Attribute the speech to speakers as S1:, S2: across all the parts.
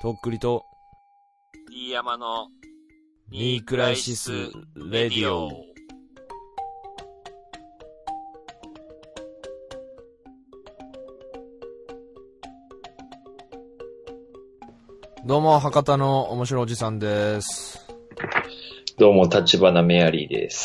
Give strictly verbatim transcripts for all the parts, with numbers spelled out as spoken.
S1: とっくりと
S2: D 山の
S1: ニークライシスレディオ。どうも博多の面白おじさんです。
S3: どうも立花メアリーです。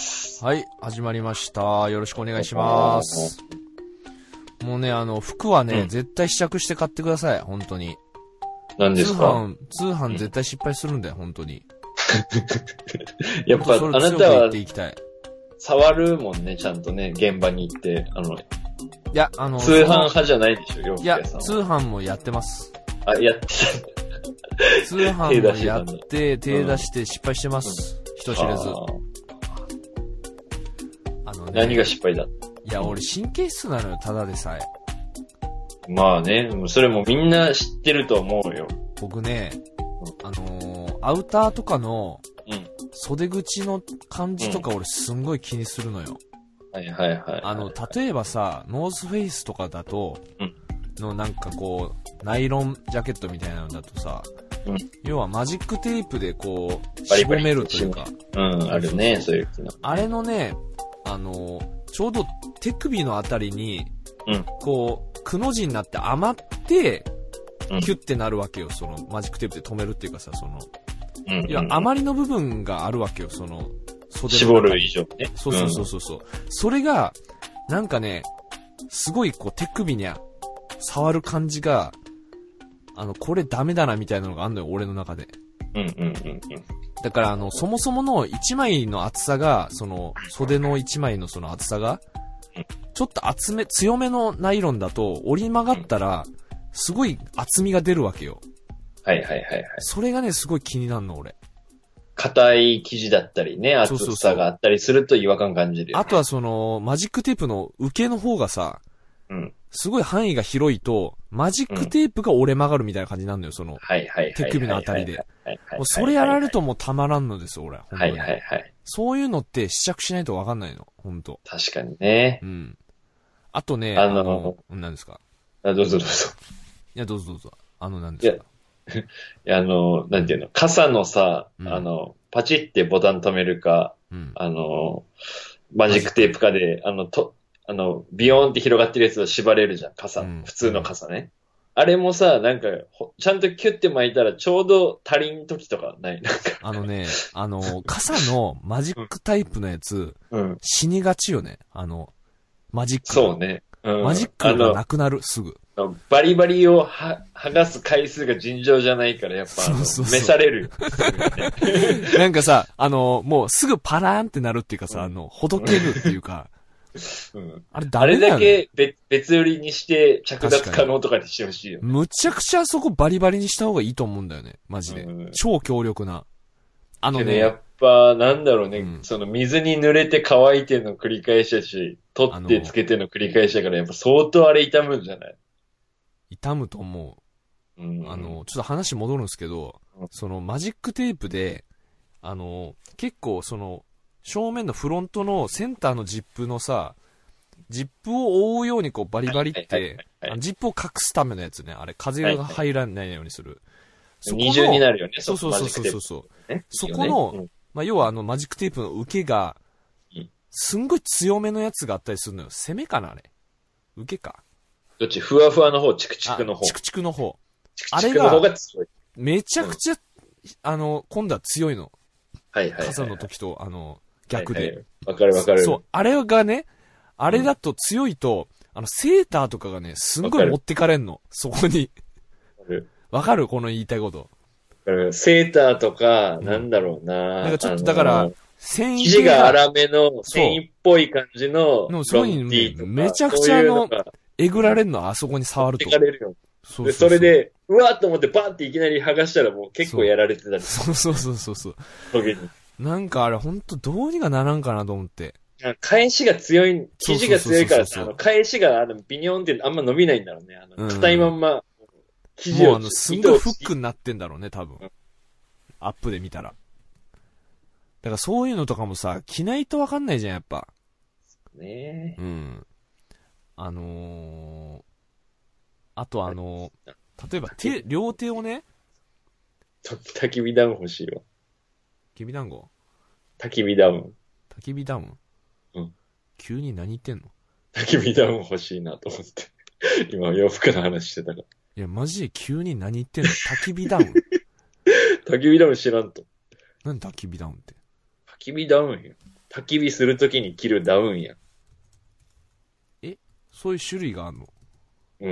S1: はい、始まりました。よろしくお願いします。もうね、あの服はね、うん、絶対試着して買ってください。本当に。
S3: 何ですか？
S1: 通販通販絶対失敗するんだよ、本当に。
S3: やっぱあなたは触るもんね、ちゃんとね、現場に行って。あの、い
S1: や、あの、
S3: 通販派じゃないでしょ、洋服屋さんは。
S1: いや、通販もやってます。
S3: あ、やってた。
S1: 通販もやって、手出して失敗してます。うん、人知れず。
S3: あのね、何が失敗だ？
S1: いや、俺神経質なのよ、ただでさえ。
S3: まあね、それもみんな知ってると思うよ。
S1: 僕ね、うん、あのー、アウターとかの、袖口の感じとか俺すんごい気にするのよ。
S3: うん、はいはいはい、はい。
S1: あの、例えばさ、ノースフェイスとかだと、うん、のなんかこう、ナイロンジャケットみたいなのだとさ、うん、要はマジックテープでこう、絞めるというか。
S3: うん、あるね、そういうの。
S1: あれのね、あの、ちょうど手首のあたりに、うん、こう、くの字になって余って、キュッてなるわけよ、その、マジックテープで止めるっていうかさ、その、うんうんうん、いや、余りの部分があるわけよ、その、
S3: 袖の。絞る以上ね。
S1: そうそうそうそう。うん、それが、なんかね、すごいこう手首に触る感じが、あの、これダメだなみたいなのがあんのよ、俺の中で。
S3: うんうんうんうん。
S1: だからあの、そもそもの一枚の厚さが、その、袖の一枚のその厚さが、ちょっと厚め、強めのナイロンだと、折り曲がったら、すごい厚みが出るわけよ。
S3: はいはいはいはい。
S1: それがね、すごい気になるの、俺。
S3: 硬い生地だったりね、厚さがあったりすると違和感感じるよ、ね。
S1: あとはその、マジックテープの受けの方がさ、うん。すごい範囲が広いと、マジックテープが折れ曲がるみたいな感じになるのよ、その、手首のあたりで。もうそれやられるともうたまらんのですよ、俺。
S3: はいはいはい。
S1: そういうのって試着しないとわかんないの、ほんと。
S3: 確かにね。
S1: うん。あとね、
S3: あの、あの
S1: 何ですか？
S3: あ、どうぞどうぞ。
S1: いや、どうぞどうぞ。あの、何ですか？
S3: いや、いやあの、なんていうの、傘のさ、うん、あの、パチってボタン止めるか、うん、あの、マジックテープかで、あの、と、あの、ビヨーンって広がってるやつを縛れるじゃん、傘。うん、普通の傘ね。うん、あれもさ、なんか、ちゃんとキュッて巻いたらちょうど足りん時とかない？なんか。
S1: あのね、あの、傘のマジックタイプのやつ、うん、死にがちよね。あの、マジック。
S3: そうね。
S1: うん、マジックがなくなる、すぐ。
S3: バリバリをは剥がす回数が尋常じゃないから、やっぱ、そうそうそう、召される。
S1: なんかさ、あの、もうすぐパラーンってなるっていうかさ、うん、あの、ほどけるっていうか、うん、あれダメだよね。
S3: あれだけ別、別売りにして着脱可能とかにしてほしいよ、ね。
S1: むちゃくちゃそこバリバリにした方がいいと思うんだよね。マジで。うん、超強力な。あのね。
S3: やっぱ、なんだろうね、うん。その水に濡れて乾いての繰り返しだし、取ってつけての繰り返しだから、やっぱ相当あれ痛むんじゃない？
S1: 痛むと思う。うん、あの、ちょっと話戻るんですけど、うん、そのマジックテープで、あの、結構その、正面のフロントのセンターのジップのさ、ジップを覆うようにこうバリバリって、ジップを隠すためのやつね、あれ、風が入らないようにする。
S3: そこの二重になるよね、
S1: そうそうそうそうそう。ね、そこの、ね、うん、まあ、要はあのマジックテープの受けが、すんごい強めのやつがあったりするのよ。攻めかなあれ。受けか。
S3: どっち？ふわふわの方、チクチクの方。
S1: チクチクの方。
S3: あれが、
S1: めちゃくちゃ、うん、あの、今度は強いの。
S3: はいはいはい、はい。
S1: 傘の時と、あの、逆で。わ、はい
S3: はい、かるわかる。
S1: そう、あれがね、あれだと強いと、うん、あの、セーターとかがね、すんごい持ってかれんの。そこに。わかる？この言いたいこと。
S3: セーターとか、うん、なんだろうな。
S1: なんかちょっとだから、あのー、
S3: 繊維。生地が粗めの、繊維っぽい感じの、
S1: のそういうのね、めちゃくちゃあの、えぐられるの、あそこに触ると。
S3: えぐられるよ。そうそうそう。で、それで、うわーっと思ってバーっていきなり剥がしたらもう結構やられてたり。
S1: そうそうそうそうそう。
S3: 時に。
S1: なんかあれほんとどうにかならんかなと思って。
S3: 返しが強い、生地が強いからさ、あの返しがあのビニョンってあんま伸びないんだろうね。あの硬いまんま、
S1: 生地を。もうあの、すんごいフックになってんだろうね、多分。うん、アップで見たら。だからそういうのとかもさ、着ないとわかんないじゃん、やっぱ。
S3: ねえ。
S1: うん。あのー、あとあのー、例えば手、両手をね、
S3: 焚き火ダウン欲しいわ。
S1: きびだんご
S3: 焚き火ダウン。
S1: 焚き火ダウン
S3: うん。
S1: 急に何言ってんの？
S3: 焚き火ダウン欲しいなと思って。今洋服の話してたから。
S1: いや、マジで急に何言ってんの？焚き火ダウン
S3: 焚き火ダウン知らんと。
S1: 何焚き火ダウンって。
S3: 焚き火ダウンや。焚き火するときに着るダウンや。
S1: えそういう種類があんの？
S3: うん。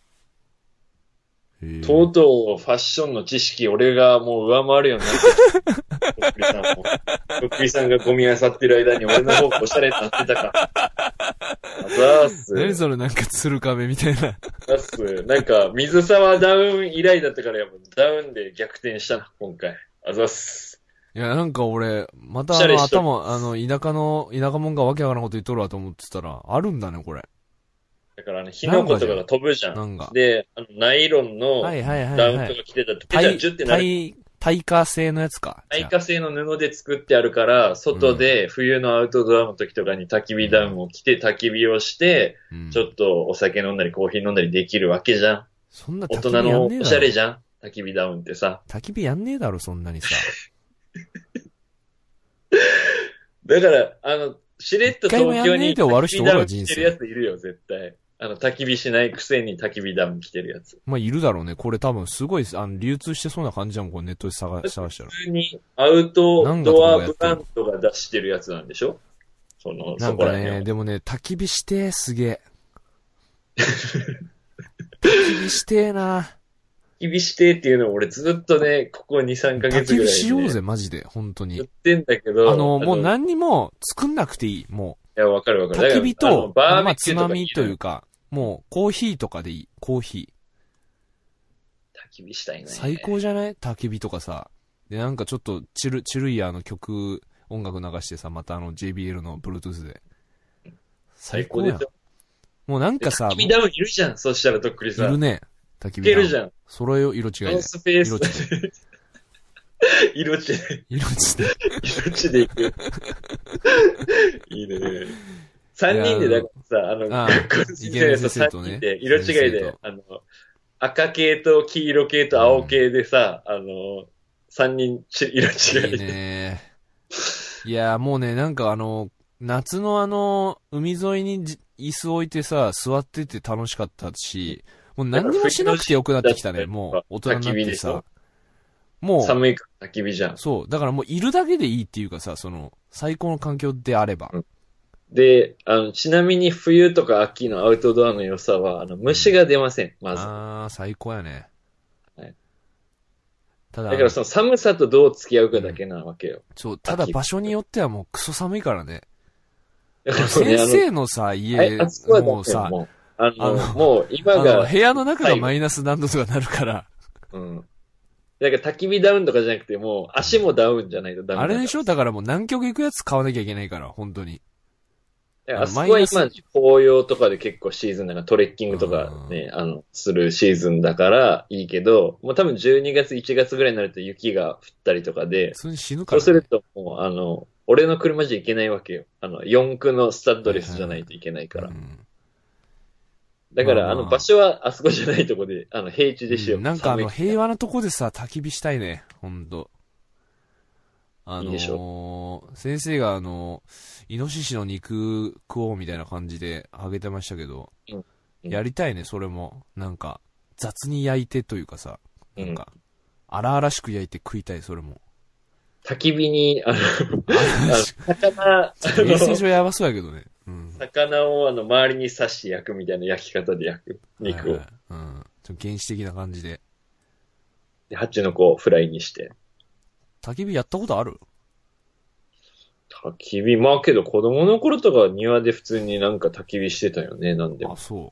S1: へ
S3: とうとうファッションの知識俺がもう上回るようになってきた。とっくりさんも。とっくりさんがゴミ漁ってる間に俺の方がおしゃれになってたか。あざーす。
S1: 何それなんか鶴亀みたいな。あ
S3: ざーす。なんか水沢ダウン以来だったからやっぱダウンで逆転したな、今回。あざーす。
S1: いや、なんか俺、またあの頭、あの、田舎の、田舎者がわけわからんこと言っとるわと思ってたら、あるんだね、これ。
S3: だからね、火の粉とかが飛ぶじゃん。
S1: なんか
S3: で、あの、ナイロンの
S1: はいはいはい、
S3: ダ
S1: はい。
S3: ウンとか着てた時、
S1: 耐
S3: ジュってなる。
S1: 耐、耐火性のやつか。
S3: 耐火性の布で作ってあるから、外で冬のアウトドアの時とかに焚き火ダウンを着て焚き火をして、うん、ちょっとお酒飲んだりコーヒー飲んだりできるわけじゃん。
S1: そんな
S3: 焚き火やんねえだろ。大人のおしゃれじゃん。焚き火ダウンってさ。
S1: 焚き火やんねえだろ、そんなにさ。
S3: だから、あの、しれっと東京に
S1: 焚き火ダウン
S3: 着てるやついるよ、絶対。あの、焚き火しないくせに焚き火ダウン着てるやつ。
S1: まあ、いるだろうね。これ多分すごい、あの、流通してそうな感じじゃん、これネットで探探したら。
S3: 普通にアウトドアブランドが出してるやつなんでしょ？その、
S1: なんかね、でもね、焚き火してー、すげえ。焚き火してーな。
S3: 焚き火してーっていうのを俺ずっとね、ここに、さんかげつぐらい、ね。焚き火
S1: しようぜ、マジで、本当に。
S3: 言ってんだけど。
S1: あの、もう何にも作んなくていい、も
S3: う。いや、わかるわかる。
S1: 焚き火と、バーまあ、つまみというか、もう、コーヒーとかでいい。コーヒ
S3: ー。焚き火したいね。
S1: 最高じゃない？焚き火とかさ。で、なんかちょっと、チル、チルイヤーの曲、音楽流してさ、またあの ジェイビーエル の Bluetooth で。最高やん。もうなんかさ。
S3: 焚き火ダウンいるじゃん。そしたらとっくりさ。
S1: いるね。焚き火ダウン。
S3: いけるじゃん。
S1: 揃えよ、色違いで。
S3: スペース。色違い。
S1: 色違い。
S3: 色違いでいく。いいね。三人でだからさ、あの、学校の先生と三人で、色違いで、あの、赤系と黄色系と青系でさ、うん、あの、三人色違いで。いいね。
S1: いや、もうね、なんかあの、夏のあの、海沿いに椅子置いてさ、座ってて楽しかったし、もう何にもしなくてよくなってきたね、もう、大人になってさ。もう、
S3: 寒いから焚き火じゃん。
S1: そう。だからもういるだけでいいっていうかさ、その、最高の環境であれば。うん、
S3: で、あの、ちなみに冬とか秋のアウトドアの良さは、あの、虫が出ません、まず。
S1: ああ、最高やね。はい。
S3: ただ、だからその寒さとどう付き合うかだけなわけよ。
S1: うん、そう、ただ場所によってはもうクソ寒いからね。先生のさ、家、もうさ、
S3: あの、もう今が。
S1: 部屋の中がマイナス何度とかなるから。
S3: うん。だから焚き火ダウンとかじゃなくて、もう足もダウンじゃないとダメだ。
S1: あれでしょ？だからもう南極行くやつ買わなきゃいけないから、本当に。
S3: あそこは今、紅葉とかで結構シーズンだからトレッキングとかね、あの、するシーズンだからいいけど、もう多分じゅうにがつ、いちがつぐらいになると雪が降ったりとかで、
S1: 普通に死ぬから、ね。
S3: そうするともう、あの、俺の車じゃいけないわけよ。あの、四駆のスタッドレスじゃないといけないから。うん、だから、まあまあ、あの、場所はあそこじゃないとこで、あの、平地でしよう。
S1: うん、なんかあの、平和なとこでさ、焚き火したいね。ほんと。あのー、いいでしょ。先生があの、イノシシの肉食おうみたいな感じであげてましたけど、うんうん、やりたいね、それも。なんか、雑に焼いてというかさ、なんか、荒々しく焼いて食いたい、それも。
S3: 焚き火に、あの、魚、
S1: 衛生上やばそうやけどね。うん、
S3: 魚をあの、周りに刺して焼くみたいな焼き方で焼く。肉を。はいはい、
S1: うん。ちょっと原始的な感じで。
S3: で、蜂の子をフライにして。
S1: 焚き火やったことある？
S3: 焚き火、まあけど子供の頃とか庭で普通になんか焚き火してたよね、なんでも。
S1: あ、そう。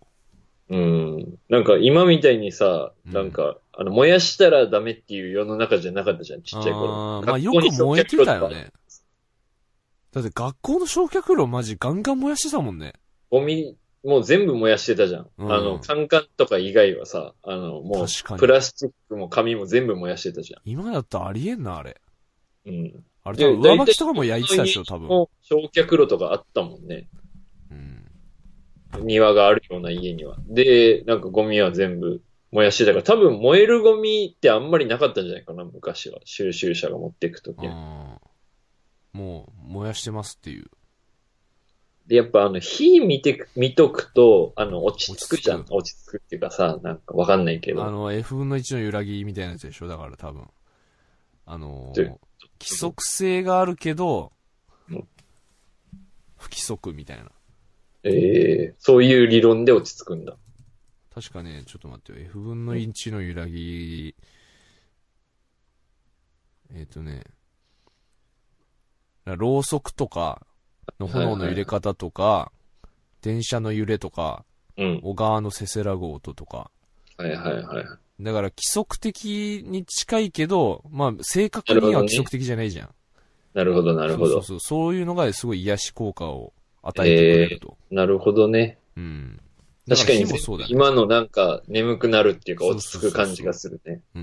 S3: うん。なんか今みたいにさ、なんか、うん、あの、燃やしたらダメっていう世の中じゃなかったじゃん、ちっちゃい頃。
S1: あまあよく燃えてたよね。だって学校の焼却炉マジガンガン燃やしてたもんね。
S3: ゴミ、もう全部燃やしてたじゃん。うん、あの、カンカンとか以外はさ、あの、もう、プラスチックも紙も全部燃やしてたじゃん。
S1: 今だったらありえんな、あれ。
S3: うん。
S1: あれ多分上履きとかも焼いてたでしょ、多分。
S3: 焼却炉とかあったもんね。うん。庭があるような家には。で、なんかゴミは全部燃やしてたから、多分燃えるゴミってあんまりなかったんじゃないかな、昔は。収集車が持っていくとき。
S1: もう、燃やしてますっていう。
S3: で、やっぱあの、火見て、見とくと、あの、落ち着くじゃん。落ち着くっていうかさ、なんかわかんないけど。
S1: あの、エフぶんのいちの揺らぎみたいなやつでしょだから多分。あのー、規則性があるけど、うん、不規則みたいな。
S3: ええー、そういう理論で落ち着くんだ。
S1: 確かね、ちょっと待ってよ。エフぶんのいちの揺らぎ、えっ、ー、とね、ろうそくとかの炎の揺れ方とか、はいはい、電車の揺れとか、うん、小川のせせらぐ音とか。
S3: はいはいはい。
S1: だから規則的に近いけど、まあ正確には規則的じゃないじゃん。
S3: なるほど、なるほど。
S1: そうそうそう。そういうのがすごい癒し効果を与えてくれると。
S3: えー、なるほどね。
S1: うん。
S3: 確かに、ね、今のなんか眠くなるっていうか落ち着く感じがするね。
S1: そうそうそうそう。うん。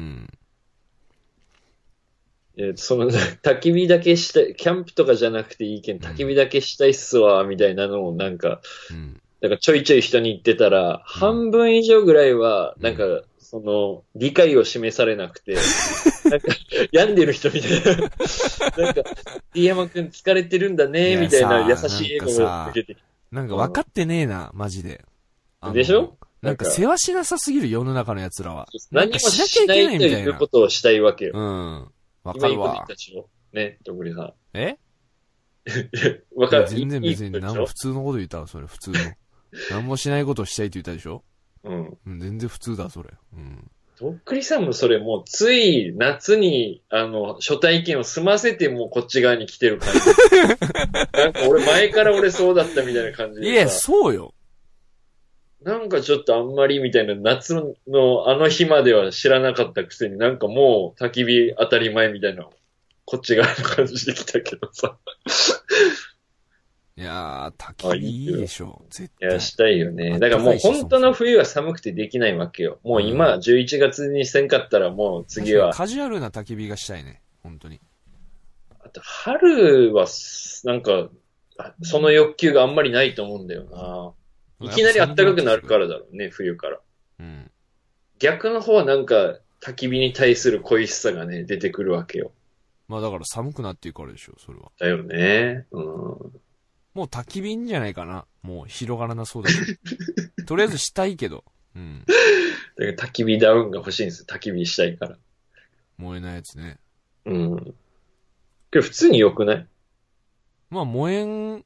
S3: えー、その、焚き火だけしたい、キャンプとかじゃなくていいけん、焚き火だけしたいっすわ、みたいなのをなんか、うん、なんかちょいちょい人に言ってたら、うん、半分以上ぐらいは、なんか、うん、その、理解を示されなくて、なんか、病んでる人みたいな。なんか、D 山くん疲れてるんだね、みたいな優しい笑顔を受けてきて。
S1: なんか分かってねえな、マジで。
S3: でしょ
S1: なんか世話しなさすぎる世の中の奴らは。
S3: 何もしなきゃいけないみたいな。ということをしたいわけよ。
S1: うん。わかるわ。今いいこと言った
S3: でしょね、とくりさん。
S1: え
S3: わかる。
S1: 全然別に何も普通のこと言ったわ、それ、普通の。何もしないことをしたいって言ったでしょうん。全然普通だ、それ。うん。
S3: とっくりさんもそれもうつい夏に、あの、初体験を済ませてもこっち側に来てる感じ。なんか俺前から俺そうだったみたいな感じで。
S1: いや、そうよ。
S3: なんかちょっとあんまりみたいな夏のあの日までは知らなかったくせになんかもう焚き火当たり前みたいな、こっち側の感じできたけどさ。
S1: いやー、焚き火いいでしょ、絶対。
S3: いや、したいよね。だからもう本当の冬は寒くてできないわけよ。もう今、じゅういちがつにせんかったらもう次は。
S1: カジュアルな焚き火がしたいね。本当に。
S3: あと、春は、なんか、その欲求があんまりないと思うんだよな。いきなり暖かくなるからだろうね、冬から。うん。逆の方はなんか、焚き火に対する恋しさがね、出てくるわけよ。
S1: まあだから寒くなっていくからでしょ、それは。
S3: だよね。うん。
S1: もう焚き火んじゃないかな。もう広がらなそうだけど。とりあえずしたいけど。うん。
S3: だから焚き火ダウンが欲しいんですよ。焚き火したいから。
S1: 燃えないやつね。
S3: うん。けど普通に良くない？
S1: まあ燃えん、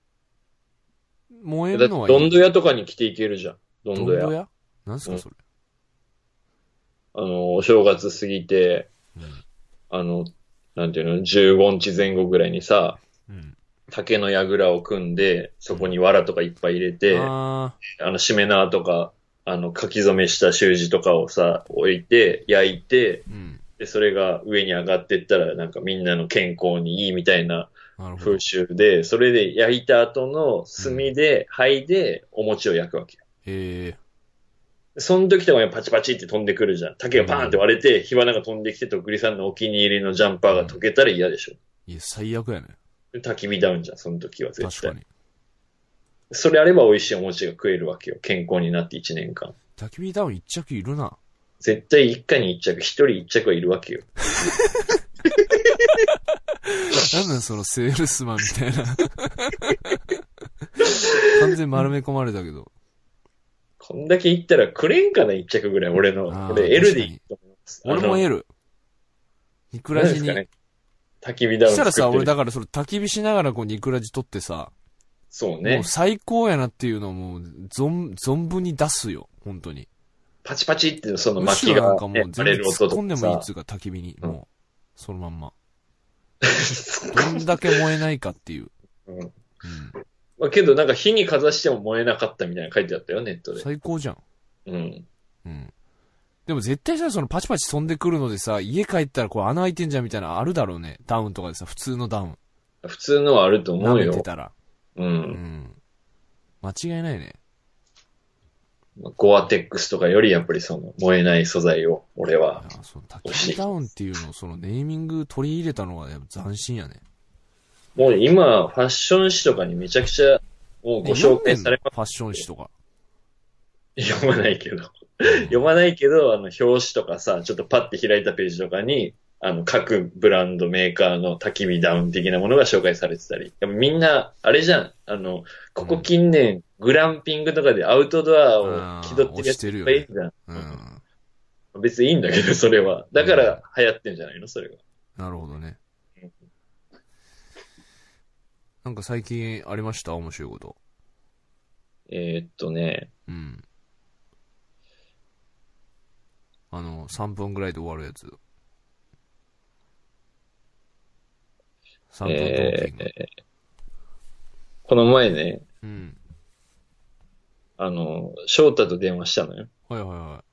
S1: 燃えるのはいい。
S3: どんど屋とかに着ていけるじゃん。どんど屋。
S1: どんど屋？なんすかそれ、
S3: うん、あの、お正月過ぎて、うん、あの、なんていうの、じゅうごにちぜん後ぐらいにさ、うん、竹の櫓を組んで、そこに藁とかいっぱい入れて、うん、あの、しめ縄とか、あの、書き初めした習字とかをさ、置いて、焼いて、うん、で、それが上に上がっていったら、なんかみんなの健康にいいみたいな風習で、それで焼いた後の炭で、灰でお餅を焼くわけよ。へえ。その時とかにパチパチって飛んでくるじゃん。竹がパーンって割れて、火花が飛んできて、とっくりさんのお気に入りのジャンパーが溶けたら嫌でしょ。
S1: いや、最悪やね。
S3: 焚き火ダウンじゃん、その時は絶対。確かに。それあれば美味しいお餅が食えるわけよ。健康になっていちねんかん。
S1: 焚き火ダウン一着いるな。
S3: 絶対一家に一着、一人一着はいるわけよ。
S1: なんだそのセールスマンみたいな。完全丸め込まれたけど。
S3: こんだけ言ったらくれんかな、一着ぐらい。俺の。俺 L でいいと思います。
S1: 俺も L。ニクラジに。ね、
S3: 焚き火ダウン
S1: したらさ、俺だからそれ焚き火しながらこうニクラジ撮ってさ。
S3: そうね。
S1: もう最高やなっていうのをもう存、存分に出すよ。本当に。
S3: パチパチってその薪が、ね、
S1: なんかもう全然突っ込んでもいいっつうか、焚き火に。もう、そのまんま。どんだけ燃えないかっていう。うん。うん。
S3: まあ、けどなんか火にかざしても燃えなかったみたいな書いてあったよ、ネットで。
S1: 最高じゃん。
S3: うん。
S1: うん。でも絶対さ、そのパチパチ飛んでくるのでさ、家帰ったらこう穴開いてんじゃんみたいなのあるだろうね。ダウンとかでさ、普通のダウン。
S3: 普通のはあると思うよ。
S1: 舐めてたら。うん。うん。間違いないね。
S3: ゴアテックスとかよりやっぱりその燃えない素材を俺は
S1: 欲しい。その焚き火ダウンっていうのをそのネーミング取り入れたのは斬新やね。
S3: もう今ファッション誌とかにめちゃくちゃもうご紹介されます。
S1: ファッション誌とか。
S3: 読まないけど。 読まないけど、あの、表紙とかさ、ちょっとパッて開いたページとかに、あの、各ブランドメーカーの焚き火ダウン的なものが紹介されてたり。やっぱみんな、あれじゃん。あの、ここ近年、うん、グランピングとかでアウトドアを気取ってるやついっぱいいるじゃん。うん、別にいいんだけど、それは。だから流行ってんじゃないのそれが。
S1: なるほどね。なんか最近ありました面白いこと。
S3: えー、っとね。
S1: うん。あの、さんぷんぐらいで終わるやつ。さんぷんトーキング。えー、
S3: この前ね。
S1: うん。
S3: あの、翔太と電話したのよ。
S1: はいはいはい。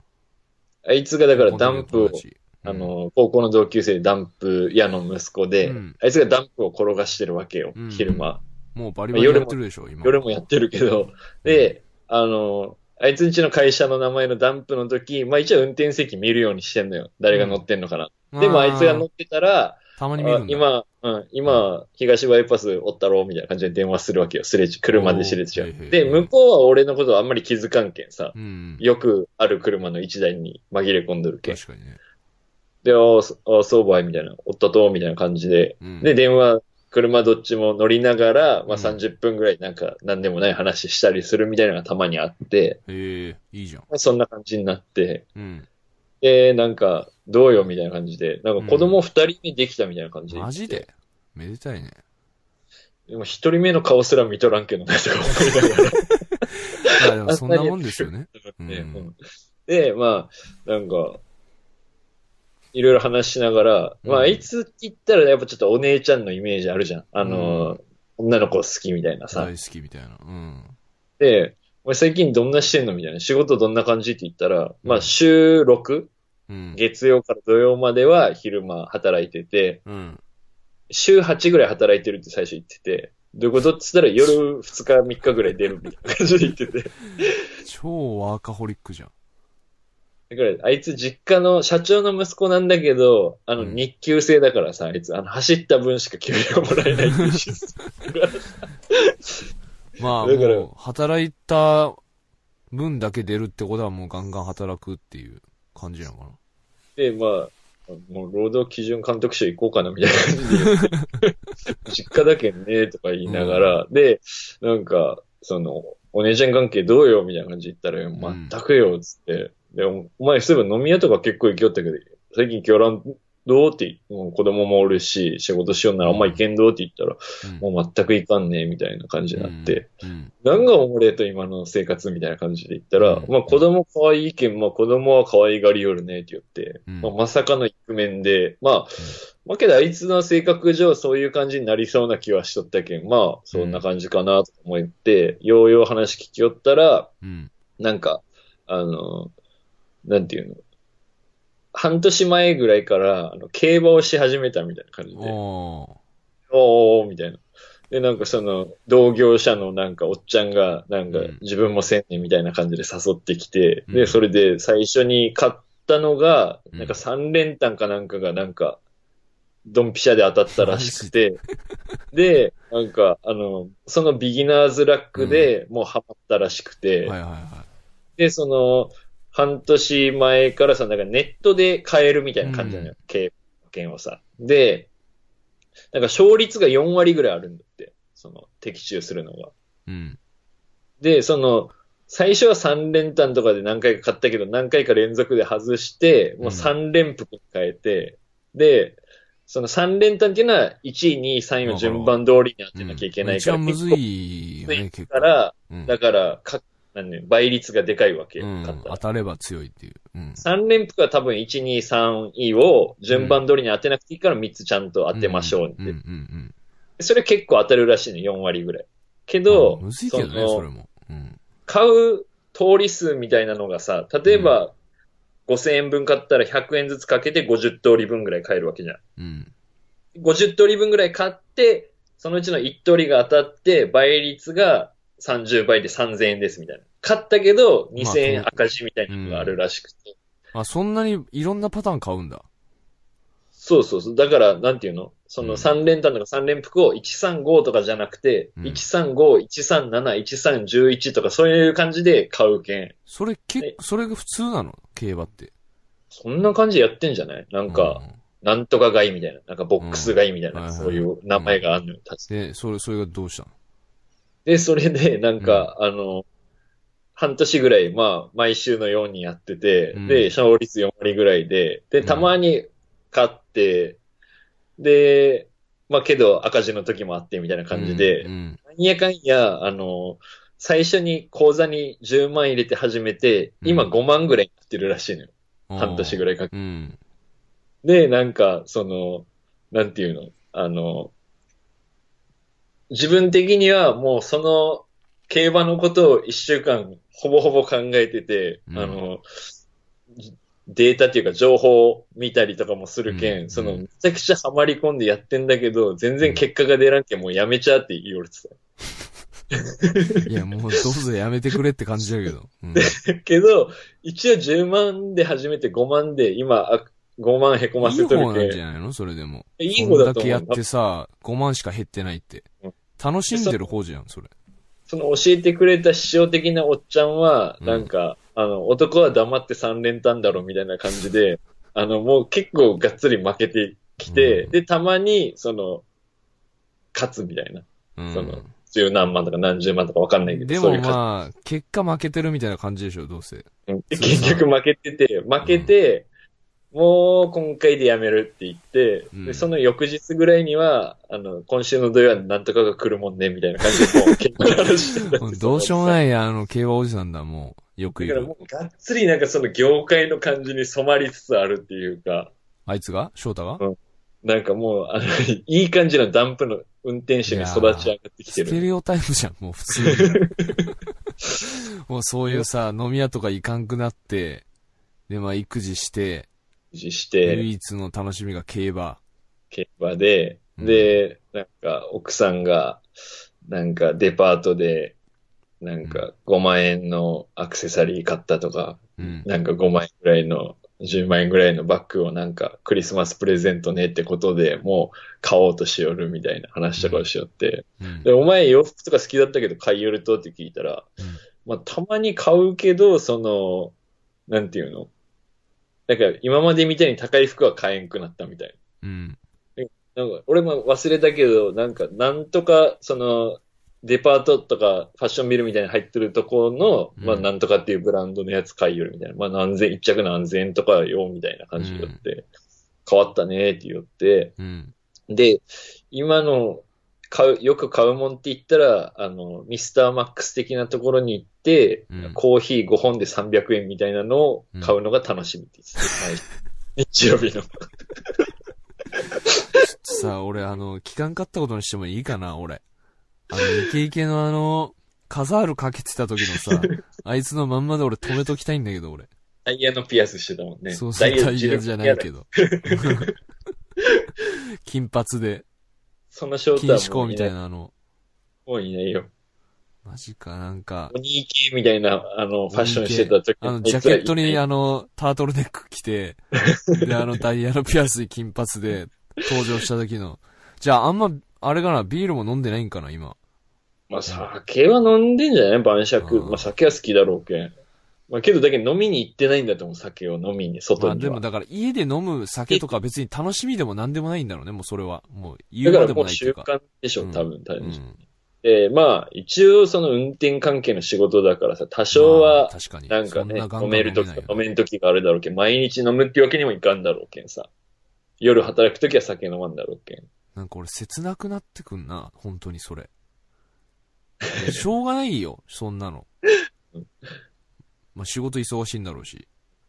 S3: あいつがだからダンプを、あの、高校の同級生でダンプ屋の息子で、うん、あいつがダンプを転がしてるわけよ、うん、昼間。
S1: もうバリバリやってるでしょ、
S3: 今。夜もやってるけど、で、あの、あいつんちの会社の名前のダンプの時、まあ一応運転席見るようにしてんのよ。誰が乗ってんのかな。うん、でもあいつが乗ってたら、
S1: たまに見るんだ。
S3: 今、うん、今、うん、東バイパスおったろみたいな感じで電話するわけよ。すれち、車で知れちゃう。で、向こうは俺のことはあんまり気づかんけんさ、うん、よくある車の一台に紛れ込んどるけん。
S1: 確かにね。
S3: で、ああ、そうばいみたいな、おったとみたいな感じで、うん、で、電話、車どっちも乗りながら、まあさんじゅっぷんぐらいなんか何でもない話したりするみたいなのがたまにあって、
S1: うん、へえ、いいじゃん。
S3: まあ、そんな感じになって、
S1: うん、
S3: で、なんか、どうよみたいな感じで、なんか子供二人目できたみたいな感じで、
S1: うん。マジでめでたいね。
S3: でも一人目の顔すら見とらんけどね、とか思いながら。
S1: まあでもそんなもんですよね。
S3: うん、で、まあ、なんか、いろいろ話しながら、まあ、あいつって言ったらやっぱちょっとお姉ちゃんのイメージあるじゃん。あの、うん、女の子好きみたいなさ。
S1: 大好きみたいな。うん。
S3: で、お前最近どんなしてんのみたいな。仕事どんな感じって言ったら、うん、まあ、週ろく、うん、月曜から土曜までは昼間働いてて、
S1: うん、
S3: 週はちぐらい働いてるって最初言ってて、どういうことって言ったら夜ふつかみっかぐらい出るみたいな感じで言ってて。
S1: 超ワーカホリックじゃん。
S3: だから、あいつ実家の社長の息子なんだけど、あの、日給制だからさ、あいつ、あの、走った分しか給料もらえないっていうシステムだからさ。
S1: まあ、だからもう、働いた分だけ出るってことはもうガンガン働くっていう感じなのかな。
S3: で、まあ、もう労働基準監督署行こうかなみたいな感じで、実家だけね、とか言いながら、うん、で、なんか、その、お姉ちゃん関係どうよみたいな感じで言ったら、全くよ、つって、で、お前、そういえば飲み屋とか結構行きよったけど、最近行きよらん、どうってもう子供もおるし、仕事しようならあんま行けんどうって言ったら、うん、もう全く行かんねみたいな感じになって、うんうん、何が俺と今の生活みたいな感じで言ったら、うん、まあ子供可愛いけん、まあ子供は可愛がりよるねって言って、うん、まあまさかのイクメンで、まあ、まあけどあいつの性格上そういう感じになりそうな気はしとったけん、まあそんな感じかなと思って、ようよう話聞きよったら、
S1: うん、なん
S3: か、あの、なんていうの半年前ぐらいから、あの、競馬をし始めたみたいな感じで。おー。おー、みたいな。で、なんかその、同業者のなんかおっちゃんが、なんか自分もせんねんみたいな感じで誘ってきて、うん、で、それで最初に買ったのが、なんか三連単かなんかがなんか、ドンピシャで当たったらしくて、で、なんか、あの、そのビギナーズラックでもうハマったらしくて、
S1: うんはいはいはい、
S3: で、その、半年前からさ、なんかネットで買えるみたいな感じなのよ。競馬券をさ。で、なんか勝率がよんわりぐらいあるんだって。その、的中するのが。
S1: うん。
S3: で、その、最初はさん連単とかで何回か買ったけど、何回か連続で外して、もうさん連複に変えて、うん、で、そのさん連単っていうのは、いちい、にい、さんいの順番通りに当てなきゃいけないから。
S1: うん、一番むずいよね、結構。
S3: だから、うん、だから、かなんね、倍率がでかいわけ、
S1: うん、当たれば強いっていう。うん、
S3: さん連複は多分いち、に、さんいを順番通りに当てなくていいからみっつちゃんと当てましょうって。うんうんうんうん、それ結構当たるらしいね、よんわりぐらい。けど、
S1: むずいけどね、それも。うん、
S3: 買う通り数みたいなのがさ、例えばごせんえんぶん買ったらひゃくえんずつかけてごじゅう通り分ぐらい買えるわけじゃん。
S1: うん、
S3: ごじゅう通り分ぐらい買って、そのうちのいち通りが当たって、倍率がさんじゅうばいでさんぜんえんですみたいな。買ったけどにせんえん赤字みたいなのがあるらしくて。
S1: まあ、うん、あ、そんなにいろんなパターン買うんだ。
S3: そうそうそう。だから、なんていうのそのさん連単とかさん連複をいちさんごとかじゃなくて、うん、いちさんご、いちさんなな、いちさんいちとかそういう感じで買うけん。
S1: それけ、それが普通なの競馬って。
S3: そんな感じでやってんじゃないなんか、うん、なんとか買いみたいな。なんかボックス買いみたいな。うん、そういう名前があるのよ。確か
S1: に。で、それ、それがどうしたの？
S3: で、それで、なんか、うん、あの、半年ぐらい、まあ、毎週のようにやってて、うん、で、勝率よん割ぐらいで、で、たまに勝って、うん、で、まあけど赤字の時もあってみたいな感じで、うんうん、なんやかんや、あの、最初に口座にじゅうまん入れて始めて、今ごまんぐらいになってるらしいのよ。うん、半年ぐらいかけて、うん。で、なんか、その、なんていうの、あの、自分的にはもうその競馬のことを一週間ほぼほぼ考えてて、うん、あの、データっていうか情報を見たりとかもするけん、うん、そのめちゃくちゃハマり込んでやってんだけど、全然結果が出らんけんもうやめちゃって言われて
S1: た。いやもうどうぞやめてくれって感じだけど。うん、
S3: けど、一応じゅうまんで始めてごまんで今、ごまんへこませとるけん。いい
S1: 方なんじゃないのそれでも。
S3: いい方だと思う。
S1: そんだけやってさ、ごまんしか減ってないって。楽しんでる方じゃん、それ。
S3: その教えてくれた師匠的なおっちゃんは、なんか、うん、あの、男は黙って三連単だろみたいな感じで、あの、もう結構がっつり負けてきて、うん、で、たまに、その、勝つみたいな。うん、その、十何万とか何十万とかわかんないけど。
S1: でもまあ、結果負けてるみたいな感じでしょ、どうせ。
S3: うん、結局負けてて、負けて、もう今回でやめるって言って、うん、でその翌日ぐらいには、あの、今週の土曜はなんとかが来るもんね、みたいな感じで、もう結構話してたんです。
S1: どうしようもない、あの、競馬おじさんだ、もう。よく言う。
S3: だからもうがっつりなんかその業界の感じに染まりつつあるっていうか。
S1: あいつが翔太が
S3: うん。なんかもう、あの、いい感じのダンプの運転手に育ち上がってきてる。
S1: ステレオタイプじゃん、もう普通に。もうそういうさ、飲み屋とか行かんくなって、で、まあ育児して、
S3: して、
S1: 唯一の楽しみが競馬。
S3: 競馬で、うん、で、なんか奥さんが、なんかデパートで、なんかごまん円のアクセサリー買ったとか、うん、なんかごまん円ぐらいの、じゅうまん円ぐらいのバッグをなんかクリスマスプレゼントねってことでもう買おうとしよるみたいな話とかをしよって、うん、で、お前洋服とか好きだったけど買いよるとって聞いたら、うん、まあたまに買うけど、その、なんていうのだから今までみたいに高い服は買えんくなったみたいな。うん。なんか俺も忘れたけど、なんかなんとか、その、デパートとかファッションビルみたいに入ってるところの、うん、まあなんとかっていうブランドのやつ買いよるみたいな。まあ何千、一着何千円とかよ、みたいな感じで言って、うん、変わったねって言って、うん、で、今の、買う、よく買うもんって言ったら、あの、ミスターマックス的なところに行って、うん、コーヒーごほんでさんびゃくえんみたいなのを買うのが楽しみって言って、うん、日曜日の。
S1: さあ、俺、あの、期間買ったことにしてもいいかな、俺。あの、イケイケのあの、カザールかけてた時のさ、あいつのまんまで俺止めときたいんだけど、俺。
S3: ダイヤのピアスしてたもんね。
S1: そうそう、ダイヤじゃないけど。金髪で。
S3: そのショートは
S1: もうみたいなあの。
S3: もういないよ。
S1: マジか、なんか。
S3: おに系みたいな、あの、ファッションしてた時
S1: あの、ジャケットにあの、タートルネック着て、で、あの、ダイヤのピアスに金髪で登場した時の。じゃあ、あんま、あれかな、ビールも飲んでないんかな、今。
S3: まあ、酒は飲んでんじゃない晩酌。まあ、酒は好きだろうけん。まあ、けどだけ飲みに行ってないんだと思う、酒を飲みに、外には。まあ、
S1: でもだから家で飲む酒とか別に楽しみでも何でもないんだろうね、もうそれは。もう言うまでもないっていうか。
S3: だからもう習慣でしょ、多分、多分。うん、で、まあ、一応その運転関係の仕事だからさ、多少は、なんかね、飲めるときと飲めんときがあるだろうけん、毎日飲むってわけにもいかんだろうけんさ。夜働くときは酒飲まんだろうけん。
S1: なんか俺切なくなってくんな、本当にそれ。しょうがないよ、そんなの。まあ、仕事忙しいんだろうし。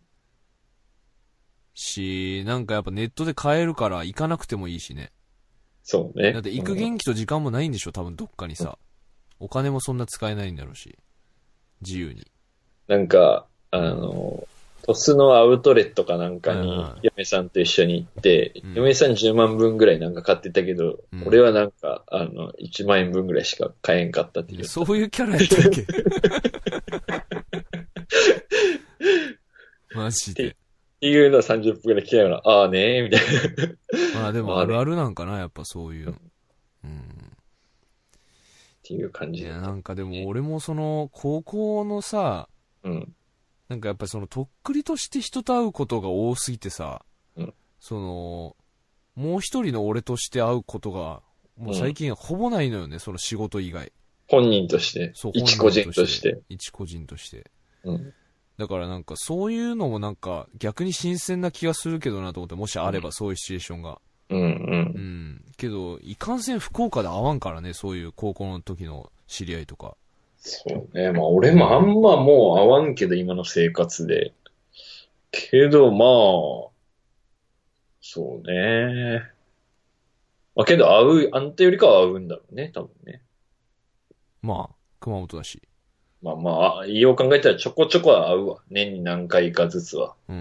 S1: し、なんかやっぱネットで買えるから行かなくてもいいしね。
S3: そうね。
S1: だって行く元気と時間もないんでしょ、多分どっかにさ。お金もそんな使えないんだろうし。自由に。
S3: なんか、あの、トスのアウトレットかなんかに、嫁さんと一緒に行って、うん、嫁さんじゅうまんぶんぐらいなんか買ってたけど、うん、俺はなんか、あの、いちまんえんぶんぐらいしか買えんかったっていう。
S1: そういうキャラやったっけマジで。
S3: ていうのはさんじゅっぷんくらい聞きながら、ああねー、みたいな。
S1: まあでもあるあるなんかな、やっぱそういうの。うん。
S3: っていう感じ
S1: いや、
S3: だった。
S1: なんかでも俺もその、高校のさ、
S3: うん。
S1: なんかやっぱその、とっくりとして人と会うことが多すぎてさ、
S3: うん。
S1: その、もう一人の俺として会うことが、もう最
S3: うん。
S1: 近ほぼないのよね、その仕事以外。
S3: 本人として、
S1: そう、本
S3: 一個人
S1: 人として。
S3: として。
S1: 一個人として。
S3: うん。
S1: だからなんかそういうのもなんか逆に新鮮な気がするけどなと思って、もしあれ
S3: うん。
S1: ばそういうシチュエーションが。
S3: うん。う
S1: う
S3: ん。
S1: ん。けど、いかんせん福岡で会わんからね、そういう高校の時の知り合いとか。
S3: そうね。まあ、俺もあんまもう合わんけど、今の生活で。けど、まあ、そうね。まあ、けど、会う、あんたよりかは会うんだろうね、多分ね。
S1: まあ、熊本だし。
S3: まあまあ、よう考えたらちょこちょこは会うわ。年に何回かずつは。
S1: うん。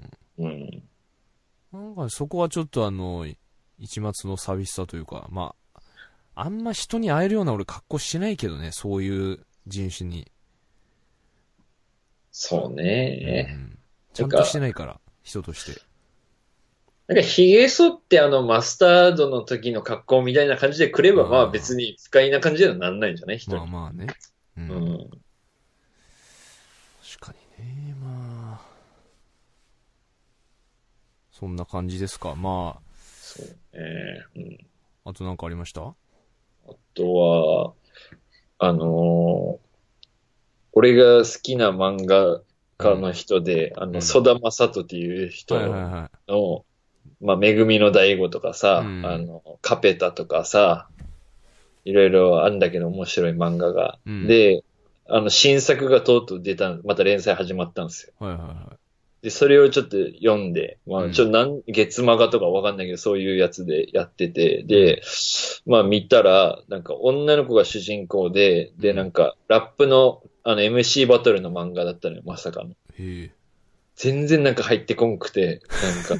S3: うん。
S1: なんかそこはちょっとあの、一末の寂しさというか、まあ、あんま人に会えるような俺格好してないけどね、そういう人種に。
S3: そう
S1: う
S3: ね。
S1: ん。ちゃんとして
S3: なんか、
S1: ないから、人として。
S3: なんか髭剃ってあのマスタードの時の格好みたいな感じで来れば、まあ別
S1: ああ、
S3: に不快な感じにはなんないんじゃない人
S1: まあ
S3: に。
S1: まあね。うん。
S3: うん。
S1: 確かにね、まあ、そんな感じですか。ま
S3: そうね。うん。
S1: あ、あとなんかありました？
S3: あとは、あのー俺が好きな漫画家
S1: うん。
S3: の人で、あの、
S1: うん。
S3: 曽田正人っていう
S1: はいはい
S3: 人
S1: は
S3: の、まあ、めぐみの大悟とか
S1: い。う
S3: さ、あ
S1: ん。
S3: の、カペタとかさ、いろいろあるんだけど面白い漫画が。
S1: うん。
S3: で、あの、新作がとうとう出た、また連載始まったんですよ。
S1: はいはいは
S3: で、それをちょっと読んで、
S1: い。う
S3: まあ、ちょっ
S1: ん。
S3: となん、月漫画とかわかんないけど、そういうやつでやってて、
S1: うん。
S3: で、まあ見たら、なんか女の子が主人公で、で、な
S1: うん。
S3: んか、ラップの、あの、エムシー バトルの漫画だったのよ、まさかの。
S1: へえ。
S3: 全然なんか入ってこんくて、なんか。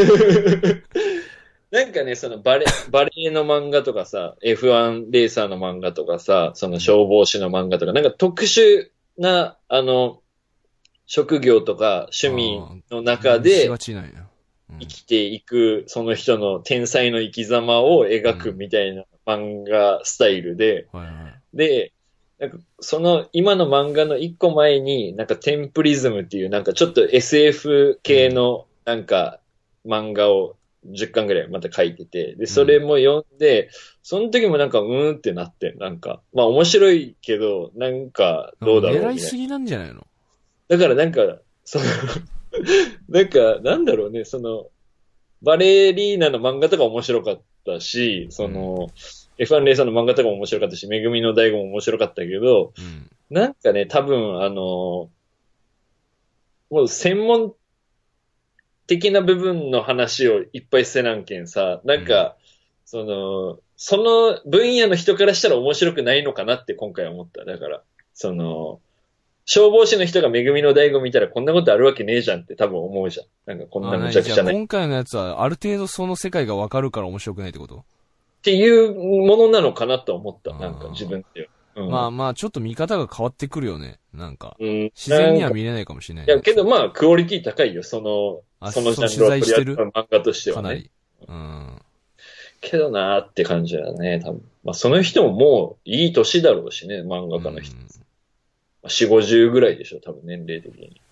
S3: なんかね、そのバレ、バレーの漫画とかさ、エフワン レーサーの漫画とかさ、その
S1: うん。
S3: 消防士の漫画とか、なんか特殊な、あの、職業とか趣味
S1: ああ、
S3: の
S1: 自分しが
S3: 中で
S1: ちなんや。うん。
S3: 生きていく、その人の天才の生き様を描く
S1: うん。
S3: みたいな漫画スタイルで、
S1: はいは
S3: で、なんかその今の漫画の一個前に、なんかテンプリズムっていうなんかちょっと エスエフ
S1: い。うん。
S3: 系のなんか漫画をじゅっかんぐらいまた書いてて、で、
S1: うん。
S3: それも読んで、その時もなんかうーんってなって、なんか、まあ面白いけど、なんか
S1: なんか
S3: どうだろうみたいな。
S1: 狙いすぎなんじゃないの？
S3: だからなんか、そのなんか、なんだろうね、その、バレリーナの漫画とか面白かったし、
S1: うん。
S3: その、エフワン レーサーの漫画とかも面白かったし、めぐみの大悟も面白かったけど、
S1: うん。
S3: なんかね、多分、あの、もう専門的な部分の話をいっぱいせなんけんさ、な
S1: うん。
S3: んか、その、その分野の人からしたら面白くないのかなって今回思った。だから、その、消防士の人がめぐみの大悟見たらこんなことあるわけねえじゃんって多分思うじゃん。なんかこん
S1: あ、
S3: な無
S1: なにじゃあ
S3: 茶苦茶ない。っ
S1: 今回のやつはある程度その世界がわかるから面白くないってこと？
S3: ていうものなのかなと思った。なんか自
S1: ああ。
S3: 分で。うん。
S1: まあまあ、ちょっと見方が変わってくるよね。なんか。
S3: うん。
S1: 自然
S3: なんか、
S1: には見れないかもしれない
S3: いや、
S1: ね、
S3: けど
S1: そう。
S3: まあ、クオリティ高いよ。その、
S1: あ、
S3: その
S1: その取
S3: ジャンルを取り
S1: 材してる？
S3: 扱う漫画としてはね。
S1: かなり。うん。
S3: けどなーって感じだね、多分。まあ、その人ももういい年だろうしね、漫
S1: う
S3: 画家の人。
S1: ん。
S3: まあ、よんじゅう、ごじゅうぐらいでしょ、多分年齢的に。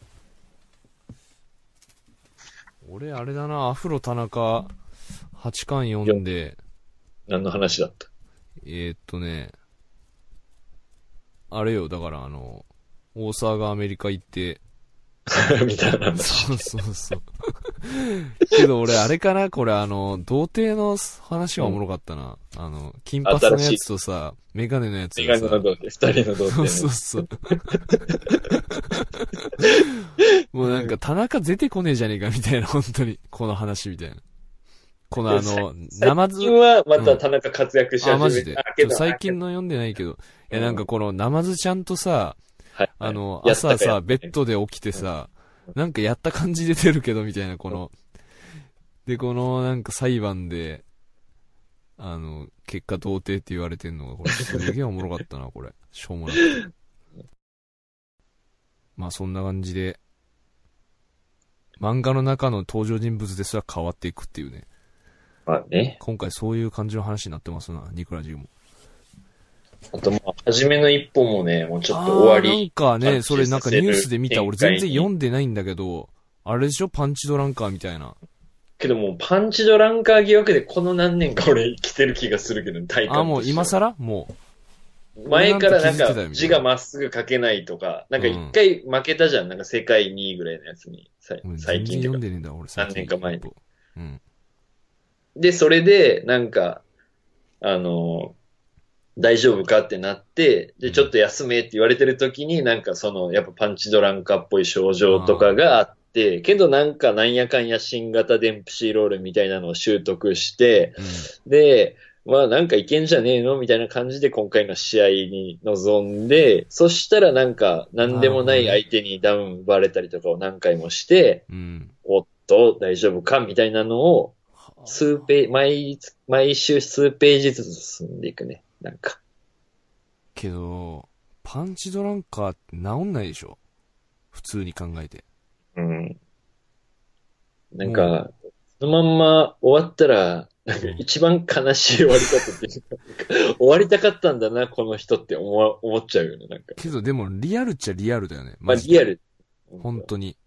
S1: 俺、あれだな、アフロ田中はちかん読
S3: よ、
S1: んで、
S3: 何の話だった？
S1: えー、っとね、あれよ、だからあの、大沢がアメリカ行って、
S3: みたいな話。
S1: そうそうそう。けど俺、あれかなこれあの、童貞の話がおも
S3: うん。
S1: ろかったな。あの、金髪のや
S3: 新しい。
S1: つとさ、メガネのやつ
S3: メ
S1: がさ、
S3: ガネの童貞、二人の童
S1: そう
S3: 貞の。
S1: そうそう。もうなんか田中出てこねえじゃねえかみたいな、本当に。この話みたいな。この
S3: で最
S1: あの、
S3: 最
S1: ナマズ、
S3: 近はま
S1: うん。
S3: た田中活躍し
S1: あ、マ
S3: 始めて、
S1: ジで。
S3: あ、け
S1: ちょ、
S3: ど、あ、けど、
S1: 最近の読んでないけど、いやなんか
S3: うん。
S1: このナマズちゃんとさ、
S3: はいはい。
S1: あの、
S3: やったかやっ
S1: 朝さ、ベッ
S3: たね。
S1: ドで起きて
S3: うん。
S1: さ、なんかやった感じ出てるけどみたいな、こ
S3: うん。
S1: の、で、このなんか裁判で、あの、結果童貞って言われてんのが、これすげえおもろかったな、これ。しょうもなくて。まあそんな感じで、 漫画の中の登場人物ですら変わっていくっていうね。
S3: まあね。
S1: 今回そういう感じの話になってますな、ニクラジーも。
S3: あとまあ、初めの一歩もね、もうちょっと終わり。
S1: なんかね、それなんかニュースで見た。俺全然読んでないんだけど、あれでしょパンチドランカーみたいな。
S3: けどもうパンチドランカー疑惑でこの何年か俺生きてる気がするけど、体感としては。
S1: あ、もう今更も
S3: う。前からなんか字がまっすぐ書けないとか、なんか一回負けたじゃん。なんか世界にいぐらいのやつに。最近とか。
S1: 全然読んでねえんだ、俺最近。
S3: 何年か前に。
S1: うん。
S3: で、それで、なんか、あの、大丈夫かってなって、で、ちょっと休めって言われてる時に、なんかその、やっぱパンチドランカーっぽい症状とかがあって、けどなんかなんやかんや新型デンプシーロールみたいなのを習得して、うん、で、まあなんかいけんじゃねえのみたいな感じで今回の試合に臨んで、そしたらなんか何でもない相手にダウン奪われたりとかを何回もして、うん、おっと大丈夫かみたいなのを数ページ、毎、毎週数ページずつ進んでいくね。なんか。
S1: けど、パンチドランカーって治んないでしょ普通に考えて。
S3: うん。なんか、そのまんま終わったら、なんか一番悲しい終わり方っていうか、終わりたかったんだな、この人って思思っちゃうよね、なんか。
S1: けどでもリアルっちゃリアルだよね。
S3: まあリアル。
S1: 本当に。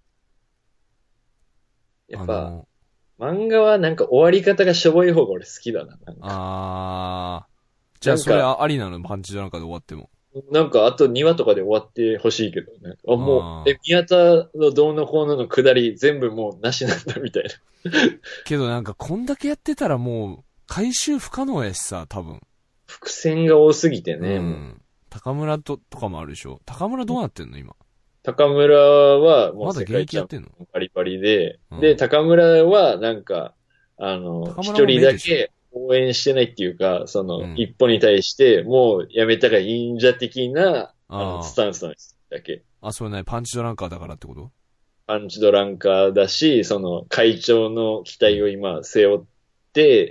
S3: やっぱ、漫画はなんか終わり方がしょぼい方が俺好きだな。なんか
S1: あー。じゃあそれありなのパンチドランカーで終わっても。
S3: なんかあとにわとかで終わってほしいけどね。あ、もう、え、宮田のどうのこうのの下り全部もうなしなんだみたいな。
S1: けどなんかこんだけやってたらもう回収不可能やしさ、多分。
S3: 伏線が多すぎてね。
S1: うん。高村と、とかもあるでしょ。高村どうなってんの今。
S3: 高村はもう
S1: まだ現役やってんの
S3: バリバリで、うん、で、高村はなんか、あの、一人だけ応援してないっていうか、その、うん、一歩に対してもうやめたがいいんじゃ的な、あの、スタンスなんですだけ。
S1: あ、それね、パンチドランカーだからってこと
S3: パンチドランカーだし、その、会長の期待を今背負って、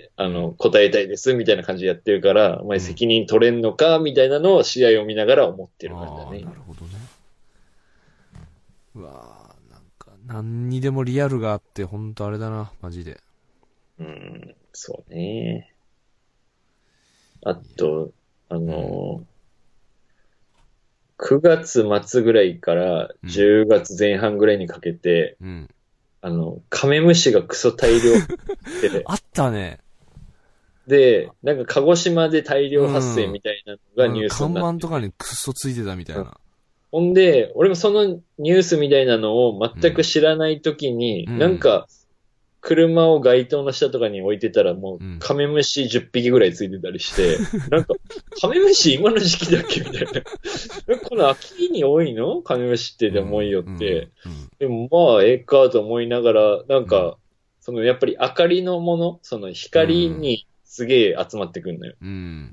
S3: あの、答えたいですみたいな感じでやってるから、お前責任取れんのかみたいなのを試合を見ながら思ってる感じだね。
S1: なるほどね。うわぁ、なんか、何にでもリアルがあって、ほんとあれだな、マジで。
S3: うん、そうね。あと、あのー、くがつ末ぐらいからじゅうがつぜん半ぐらいにかけて、うん、あの、カメムシがクソ大量で
S1: あったね。
S3: で、なんか鹿児島で大量発生みたいなのがニュースになって、
S1: 看板とかにクソついてたみたいな。うん
S3: ほんで、俺もそのニュースみたいなのを全く知らないときに、うん、なんか、車を街灯の下とかに置いてたらもう、カメムシじゅっぴきぐらいついてたりして、うん、なんか、カメムシ今の時期だっけみたいな。この秋に多いのカメムシってでもいいよって。うんうんうん、でもまあ、ええかと思いながら、なんか、うん、そのやっぱり明かりのもの、その光にすげえ集まってくるのよ。うん、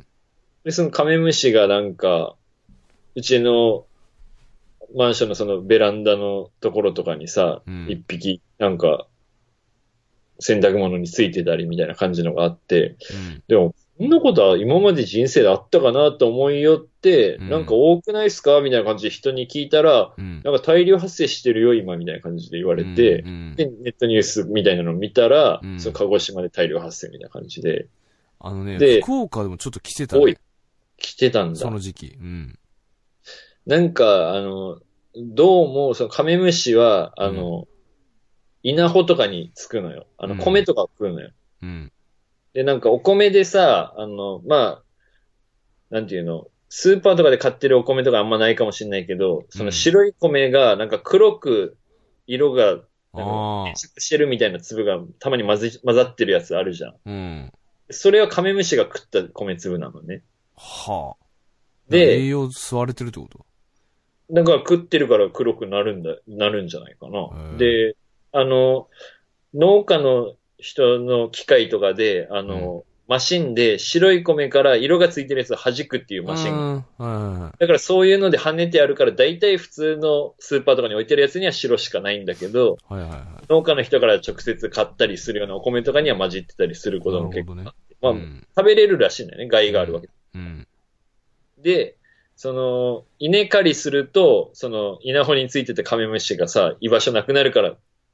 S3: で、そのカメムシがなんか、うちの、マンションのそのベランダのところとかにさ、一、うん、匹、なんか、洗濯物についてたりみたいな感じのがあって、うん、でも、こんなことは今まで人生であったかなと思いよって、うん、なんか多くないっすかみたいな感じで人に聞いたら、うん、なんか大量発生してるよ、今、みたいな感じで言われて、うんうん、で、ネットニュースみたいなのを見たら、うん、その鹿児島で大量発生みたいな感じで。
S1: あのね、で福岡でもちょっと来てたね。おい、
S3: 来てたんだ。
S1: その時期。うん。
S3: なんか、あの、どうも、そのカメムシは、あの、うん、稲穂とかにつくのよ。あの、米とか食うのよ。うん。で、なんかお米でさ、あの、まあ、なんていうの、スーパーとかで買ってるお米とかあんまないかもしれないけど、その白い米がなんか黒く色が、変色してるみたいな粒がたまに混ぜ、混ざってるやつあるじゃん。うん。それはカメムシが食った米粒なのね。
S1: はあ。で、栄養吸われてるってこと？
S3: だから食ってるから黒くなるんだ、なるんじゃないかな。で、あの、農家の人の機械とかで、あの、うん、マシンで白い米から色がついてるやつを弾くっていうマシンが。だからそういうので跳ねてあるから、だいたい普通のスーパーとかに置いてるやつには白しかないんだけど、はいはいはい、農家の人から直接買ったりするようなお米とかには混じってたりすることも結構あって、ね、まあ、うん、食べれるらしいんだよね、害があるわけ。うんうん、で、その、稲刈りすると、その、稲穂についてたカメムシがさ、居場所なくなるから、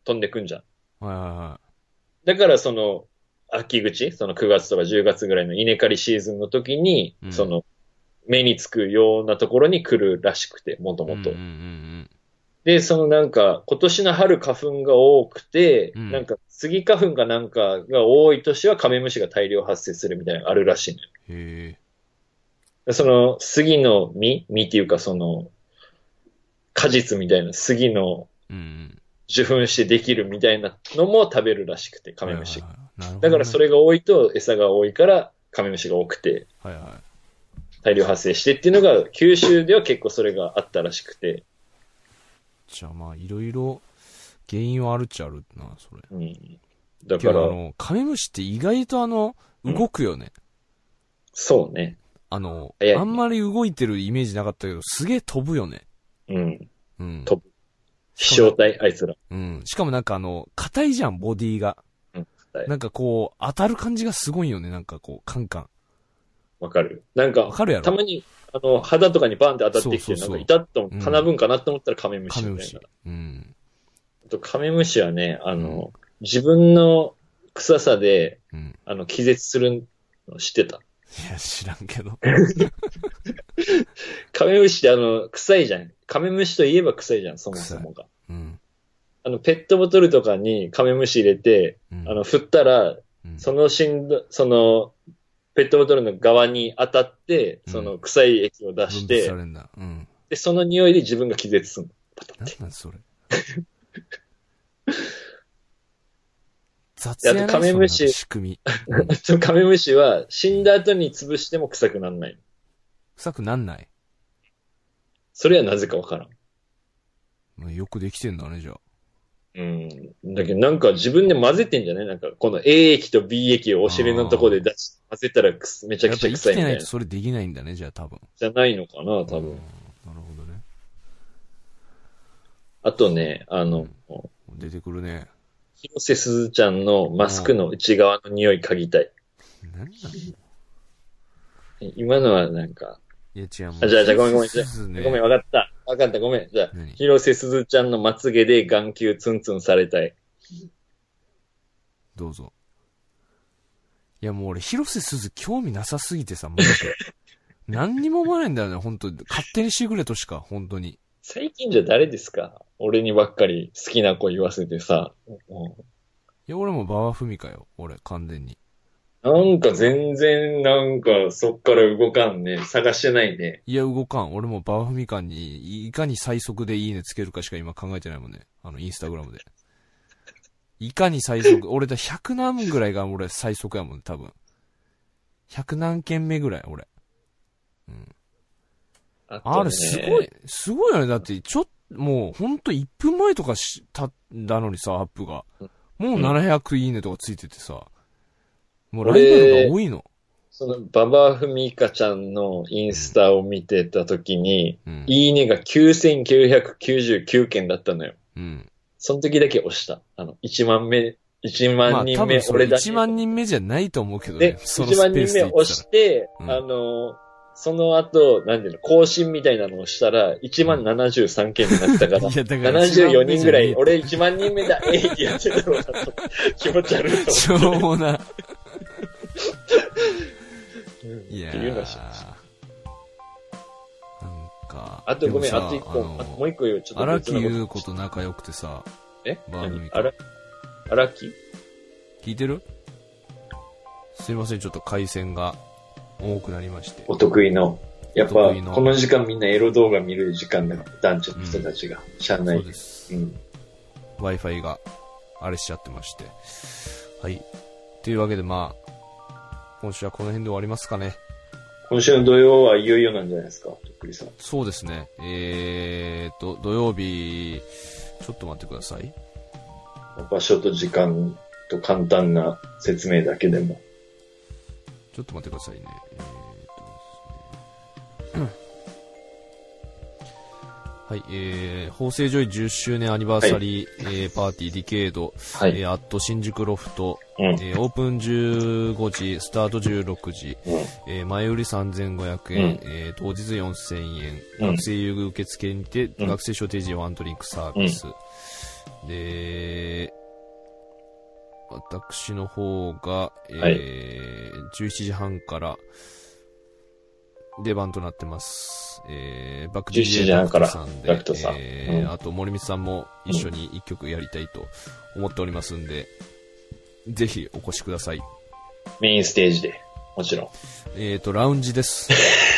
S3: 飛んでくんじゃん。
S1: はいはいはい。
S3: だからその、秋口、そのくがつとかじゅうがつぐらいの稲刈りシーズンの時に、うん、その、目につくようなところに来るらしくて、もともと。で、そのなんか、今年の春花粉が多くて、うん、なんか、スギ花粉かなんかが多い年はカメムシが大量発生するみたいなのがあるらしいのよ。へー。その、杉の実実っていうかその、果実みたいな杉の受粉してできるみたいなのも食べるらしくて、カメムシが。ね、だからそれが多いと餌が多いからカメムシが多くて、はいはい、大量発生してっていうのが、九州では結構それがあったらしくて。
S1: じゃあまあ、いろいろ原因はあるっちゃあるな、それ。うん。
S3: だから。
S1: あの、カメムシって意外とあの、動くよね。うん、
S3: そうね。
S1: あの、あんまり動いてるイメージなかったけど、すげえ飛ぶよね。
S3: うん。うん。飛ぶ。飛翔体、あいつら。
S1: うん。しかもなんかあの、硬いじゃん、ボディが。うん。なんかこう、当たる感じがすごいよね、なんかこう、カンカン。
S3: わかる。なんか、
S1: わかるやろ。
S3: たまに、あの、肌とかにバーンって当たってきて、そうそうそう、なんか、いたっと、かなぶんかなって思ったらカメムシみたいな。カメムシ。うん。あと、カメムシはね、あの、うん、自分の臭さで、うん、あの、気絶するの知ってた？
S1: いや、知らんけど。
S3: カメムシってあの、臭いじゃん。カメムシといえば臭いじゃん、そもそもが。うん。あの、ペットボトルとかにカメムシ入れて、うん、あの、振ったら、うん、そのしんど、その、ペットボトルの側に当たって、その臭い液を出して、うんうん、で、その匂いで自分が気絶するの。パタって。
S1: なんなんそれ。雑やね。
S3: あとカメムシ、
S1: 仕組
S3: み。カメムシは死んだ後に潰しても臭くなんない。
S1: 臭くなんない？
S3: それはなぜかわから
S1: ん。よくできてんだね、じゃあ。
S3: うん。だけどなんか自分で混ぜてんじゃないなんかこの A 液と B 液をお尻のところで出し、混ぜたらくすめちゃくちゃ臭いみたいな。
S1: やっぱ生きてないとそれできないんだね、じゃあ多分。
S3: じゃないのかな、多分。なるほどね。あとね、あの、
S1: うん、出てくるね。
S3: 広瀬すずちゃんのマスクの内側の匂い嗅ぎたい。
S1: 何な
S3: の？今のはなんか。
S1: いや違うもん。
S3: あ、じゃあ、じゃあごめんごめん。じゃあごめん、わかった。わかった、ごめん。じゃあ、広瀬すずちゃんのまつげで眼球ツンツンされたい。
S1: どうぞ。いやもう俺、広瀬すず興味なさすぎてさ、マジで。何にも思わないんだよね、本当勝手にしてくれとしか、本当に。
S3: 最近じゃ誰ですか？俺にばっかり好きな子言わせてさ。うん、い
S1: や、俺も馬場ふみかよ、俺、完全に。
S3: なんか全然なんかそっから動かんね。探してないね。
S1: いや、動かん。俺も馬場ふみかにいかに最速でいいねつけるかしか今考えてないもんね。あの、インスタグラムで。いかに最速、俺だひゃく何ぐらいが俺最速やもんね、多分。ひゃく何件目ぐらい、俺。うん。あ, ね、あれすごい、すごいよね。だって、ちょっと、もうほんといっぷんまえとかしたんだのにさ、アップが。もうななひゃくいいねとかついててさ。もうライバルが多いの。
S3: その、馬場ふみかちゃんのインスタを見てたときに、うん、いいねがきゅうせんきゅうひゃくきゅうじゅうきゅうけんだったのよ。うん。その時だけ押した。あの、いちまんめ、いちまんにんめ、まあ、
S1: 俺だけ。いちまんにんめじゃないと思うけどね。
S3: で、そのいちまんにんめ押して、うん、あの、その後、なんていうの、更新みたいなのをしたら、いちまんななじゅうさんけんになったから、いやだからななじゅうよにんぐらい、俺いちまんにんめだ、えいってやってたろうなと、気持ち悪いと
S1: しょうもな。いやー。なんか。
S3: あとごめん、あと一個、あもう一個言う、ちょっと。
S1: 荒木優子と仲良くてさ。
S3: えバーミー。荒荒木
S1: 聞いてる？すいません、ちょっと回線が多くなりまして。
S3: お得意の。やっぱ、この時間みんなエロ動画見る時間だから、男女の人たちが。うん、しゃあない。
S1: そうです。うん。Wi-Fi が、あれしちゃってまして。はい。というわけで、まあ、今週はこの辺で終わりますかね。
S3: 今週の土曜はいよいよなんじゃないですか、とっくりさん。
S1: そうですね。えーっと、土曜日、ちょっと待ってください。
S3: 場所と時間と簡単な説明だけでも。
S1: ちょっと待ってくださいね。えーっとですね。うんはい、えー、法政ジョイじゅっしゅうねんアニバーサリー、はい、えー、パーティーディケード、はい、えー、アット新宿ロフト、うん、えー、オープンじゅうごじ、スタートじゅうろくじ、うん、えー、前売りさんぜんごひゃくえん、うん、えー、当日よんせんえん、うん、学生優遇受付にて、うん、学生証提示ワンドリンクサービス、 で、私の方が、えー
S3: はい、
S1: じゅうしちじはんから出番となってます。えー、バック ディージェー ダクトさんで、
S3: ダクトさん、
S1: えーうん、あと森光さんも一緒に一曲やりたいと思っておりますんで、うん、ぜひお越しください。
S3: メインステージで、もちろん。
S1: えーと、ラウンジです。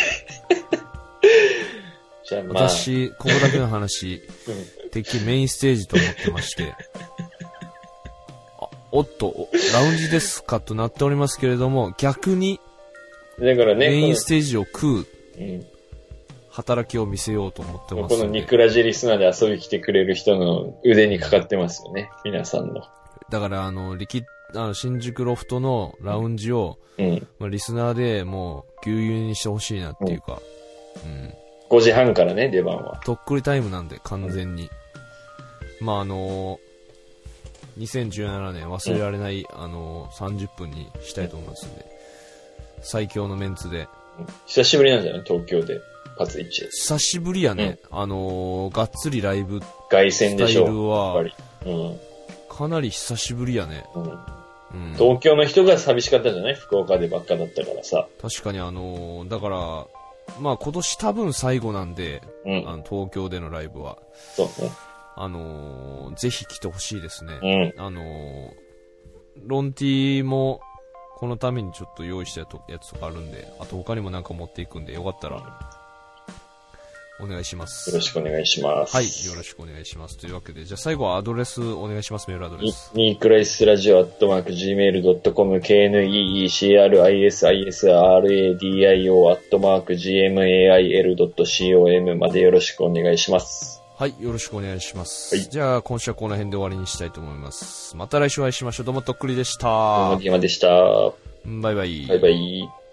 S3: じゃあまあ、
S1: 私、ここだけの話、てっきりメインステージと思ってまして、あ、おっと、ラウンジですかとなっておりますけれども、逆に、
S3: だからね、
S1: メインステージを食う、うん、働きを見せようと思ってます。
S3: このニクラジリスナーで遊び来てくれる人の腕にかかってますよね、皆さんの。
S1: だから、あの、リキあの新宿ロフトのラウンジを、
S3: うん
S1: まあ、リスナーでもう、ぎゅうぎゅうにしてほしいなっていうか、うん。うん、
S3: ごじはんからね、出番は。
S1: とっくりタイムなんで、完全に。うん、まあ、あのー、にせんじゅうななねん忘れられない、うん、あのー、さんじゅっぷんにしたいと思いますんで、最強のメンツで。
S3: 久しぶりなんじゃない東京で、パツイチ。
S1: 久しぶりやね。うん、あのー、がっつりライブ
S3: 凱旋でしょ。
S1: スタイルは、
S3: やっぱり。うん、
S1: かなり久しぶりやね。
S3: うんうん、東京の人が寂しかったじゃない福岡でばっかだったからさ。
S1: 確かにあのー、だから、まあ今年多分最後なんで、うん、あの東京でのライブは。
S3: そうね。
S1: あのー、ぜひ来てほしいですね。
S3: うん、
S1: あのー、ロンティもこのためにちょっと用意したやつとかあるんで、あと他にもなんか持っていくんで、よかったら、お願いします。
S3: よろしくお願いします。
S1: はい、よろしくお願いします。というわけで、じゃあ最後はアドレスお願いします。メールアドレス。
S3: ニークライスラジオアットマーク ジーメールドットコム ケーエヌイーイーシーアールアイエスアイエスアールエーディーアイオー アットマーク ジーエムエーアイエルドットコム までよろしくお願いします。
S1: はい、よろしくお願いします。
S3: はい、
S1: じゃあ今週はこの辺で終わりにしたいと思います。また来週お会いしましょう。どうもとっくりでした。
S3: どうもディマでした。
S1: バイバイ。
S3: バイバイ。